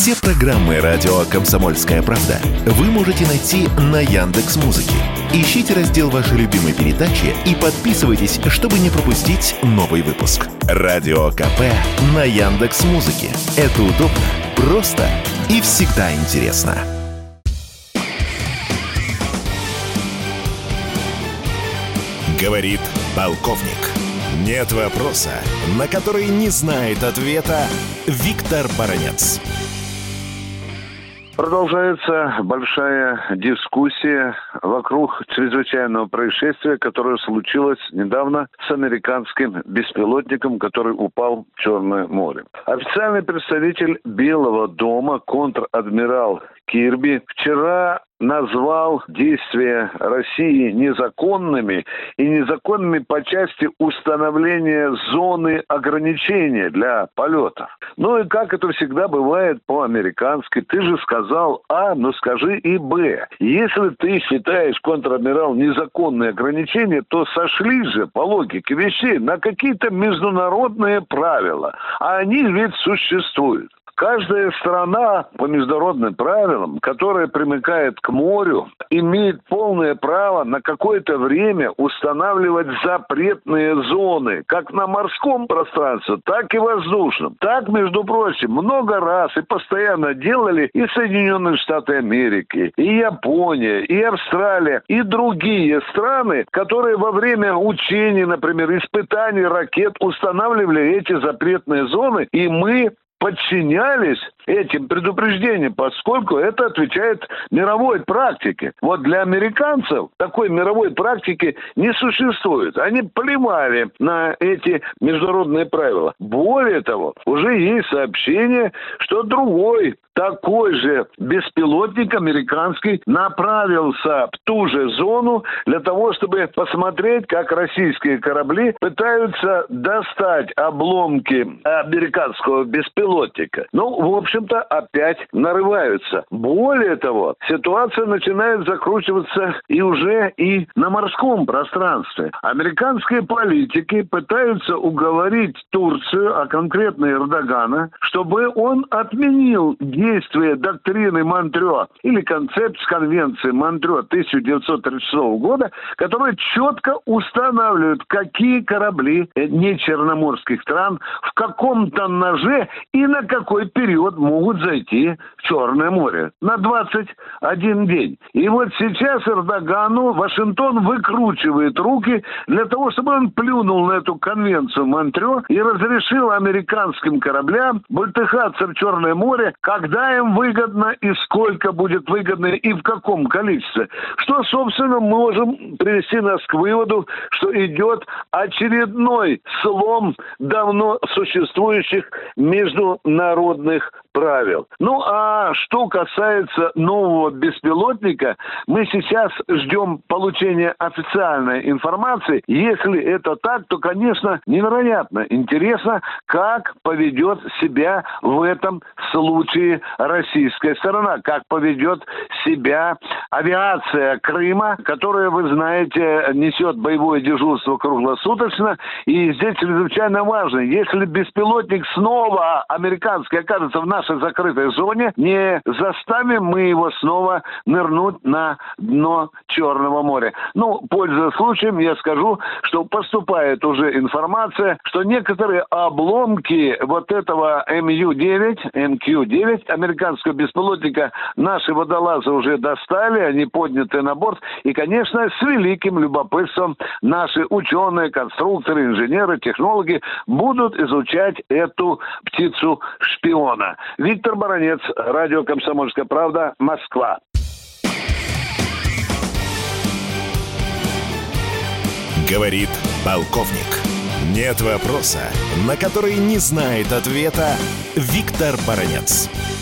Все программы радио «Комсомольская правда» вы можете найти на Яндекс.Музыке. Ищите раздел вашей любимой передачи и подписывайтесь, чтобы не пропустить новый выпуск. Радио КП на Яндекс.Музыке. Это удобно, просто и всегда интересно. Говорит полковник. Нет вопроса, на который не знает ответа Виктор Баранец. Продолжается большая дискуссия вокруг чрезвычайного происшествия, которое случилось недавно с американским беспилотником, который упал в Черное море. Официальный представитель Белого дома, контр-адмирал Кирби, вчера назвал действия России незаконными и незаконными по части установления зоны ограничения для полетов. Ну и как это всегда бывает по-американски, ты же сказал А, но скажи и Б. Если ты считаешь, контр-адмирал, незаконные ограничения, то сошлись же по логике вещей на какие-то международные правила. А они ведь существуют. Каждая страна по международным правилам, которая примыкает к морю, имеет полное право на какое-то время устанавливать запретные зоны, как на морском пространстве, так и воздушном. Так, между прочим, много раз и постоянно делали и Соединенные Штаты Америки, и Япония, и Австралия, и другие страны, которые во время учений, например, испытаний ракет устанавливали эти запретные зоны, и мы подчинялись этим предупреждениям, поскольку это отвечает мировой практике. Вот для американцев такой мировой практики не существует. Они плевали на эти международные правила. Более того, уже есть сообщение, что другой такой же беспилотник американский направился в ту же зону для того, чтобы посмотреть, как российские корабли пытаются достать обломки американского беспилотника. Ну, в общем-то, опять нарываются. Более того, ситуация начинает закручиваться и уже и на морском пространстве. Американские политики пытаются уговорить Турцию, а конкретно Эрдогана, чтобы он отменил действие доктрины Монтрё или концепции конвенции Монтрё 1936 года, которая четко устанавливает, какие корабли нечерноморских стран в каком тоннаже и на какой период могут зайти в Черное море. На 21 день. И вот сейчас Эрдогану Вашингтон выкручивает руки для того, чтобы он плюнул на эту конвенцию Монтрё и разрешил американским кораблям бултыхаться в Черное море, когда им выгодно и сколько будет выгодно и в каком количестве. Что, собственно, можем привести нас к выводу, что идет очередной слом давно существующих международных правил. Ну, а что касается нового беспилотника, мы сейчас ждем получения официальной информации. Если это так, то, конечно, невероятно интересно, как поведет себя в этом случае российская сторона, как поведет себя авиация Крыма, которая, вы знаете, несет боевое дежурство круглосуточно. И здесь чрезвычайно важно, если беспилотник снова американский окажется в нашей закрытой зоне, не заставим мы его снова нырнуть на дно Черного моря. Ну, пользуясь случаем, я скажу, что поступает уже информация, что некоторые обломки вот этого МК-9 американского беспилотника наши водолазы уже достали, они подняты на борт. И, конечно, с великим любопытством наши ученые, конструкторы, инженеры, технологи будут изучать эту птицу-шпиона. Виктор Баранец, радио «Комсомольская правда», Москва. Говорит полковник. Нет вопроса, на который не знает ответа Виктор Баранец.